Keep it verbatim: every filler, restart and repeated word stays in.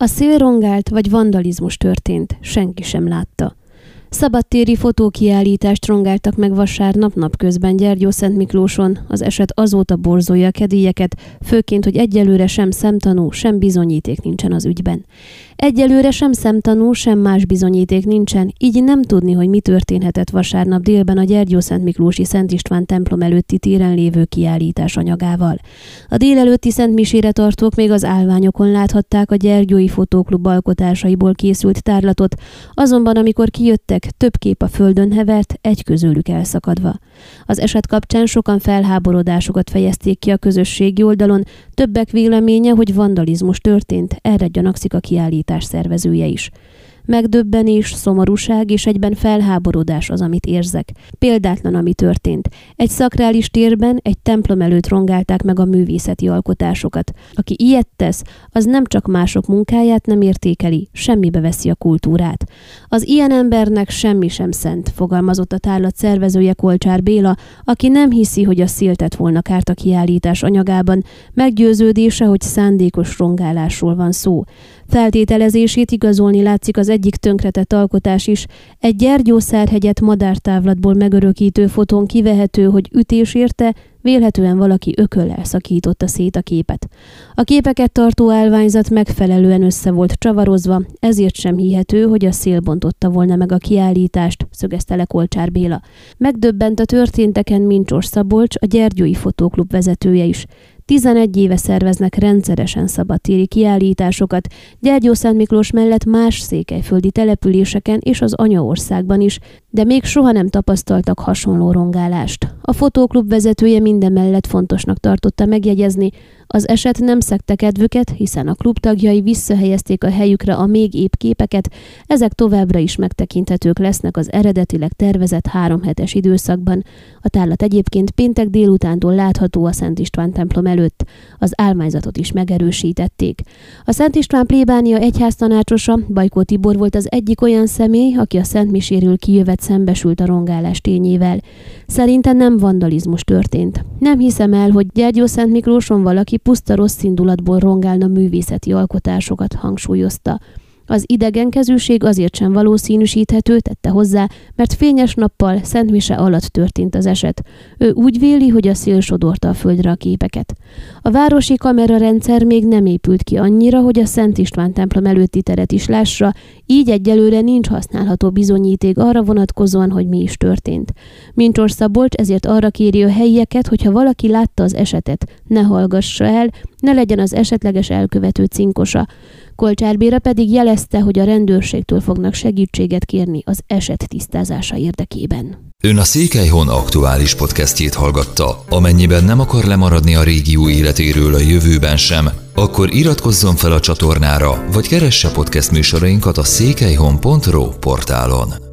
A szél rongált, vagy vandalizmus történt, senki sem látta. Szabadtéri fotókiállítást rongáltak meg vasárnap napközben Gyergyószentmiklóson, az eset azóta borzolja a kedélyeket, főként, hogy egyelőre sem szemtanú, sem bizonyíték nincsen az ügyben. Egyelőre sem szemtanú, sem más bizonyíték nincsen, így nem tudni, hogy mi történhetett vasárnap délben a Gyergyószentmiklósi Szent István templom előtti téren lévő kiállítás anyagával. A délelőtti szentmisére tartók még az állványokon láthatták a Gyergyói Fotóklub alkotásaiból készült tárlatot, azonban amikor kijöttek, több kép a földön hevert, egy közülük elszakadva. Az eset kapcsán sokan felháborodásokat fejezték ki a közösségi oldalon, többek véleménye, hogy vandalizmus történt, erre gyanakszik a kiállítás szervezője is. Megdöbbenés, szomorúság és egyben felháborodás az, amit érzek. Példátlan, ami történt. Egy szakrális térben, egy templom előtt rongálták meg a művészeti alkotásokat. Aki ilyet tesz, az nem csak mások munkáját nem értékeli, semmibe veszi a kultúrát. Az ilyen embernek semmi sem szent, fogalmazott a tárlat szervezője Kolcsár Béla, aki nem hiszi, hogy a szél tett volna kárt a kiállítás anyagában, meggyőződése, hogy szándékos rongálásról van szó. Feltételezését igazolni látszik az egyik tönkretett alkotás is. Egy Gyergyószárhegyet madártávlatból megörökítő fotón kivehető, hogy ütés érte, vélhetően valaki ököllel szakította szét a képet. A képeket tartó állványzat megfelelően össze volt csavarozva, ezért sem hihető, hogy a szél bontotta volna meg a kiállítást, szögezte le Kolcsár Béla. Megdöbbent a történteken Mincsós Szabolcs, a Gyergyói Fotóklub vezetője is. tizenegy éve szerveznek rendszeresen szabadtéri kiállításokat, Gyergyószentmiklós mellett más székelyföldi településeken és az anyaországban is, de még soha nem tapasztaltak hasonló rongálást. A fotóklub vezetője mindemellett fontosnak tartotta megjegyezni, az eset nem szegte kedvüket, hiszen a klub tagjai visszahelyezték a helyükre a még épp képeket, ezek továbbra is megtekinthetők lesznek az eredetileg tervezett három hetes időszakban. A tárlat egyébként péntek délutántól látható a Szent István templom előtt. Az állványzatot is megerősítették. A Szent István plébánia egyháztanácsosa, Bajkó Tibor volt az egyik olyan személy, aki a szentmiséről kijövet szembesült a rongálás tényével. Szerinte nem vandalizmus történt. Nem hiszem el, hogy Gyergyószentmiklóson valaki puszta rossz indulatból rongálna művészeti alkotásokat, hangsúlyozta. Az idegenkezűség azért sem valószínűsíthető, tette hozzá, mert fényes nappal, szentmise alatt történt az eset. Ő úgy véli, hogy a szél sodorta a földre a képeket. A városi kamerarendszer még nem épült ki annyira, hogy a Szent István templom előtti teret is lássa, így egyelőre nincs használható bizonyíték arra vonatkozóan, hogy mi is történt. Mincsós Szabolcs ezért arra kéri a helyieket, hogyha valaki látta az esetet, ne hallgassa el, ne legyen az esetleges elkövető cinkosa. Kolcsár Béla pedig jelezte, hogy a rendőrségtől fognak segítséget kérni az eset tisztázása érdekében. Ön a Székelyhon aktuális podcastjét hallgatta. Amennyiben nem akar lemaradni a régió életéről a jövőben sem, akkor iratkozzon fel a csatornára, vagy keresse podcast műsorainkat a székelyhon pont ro portálon.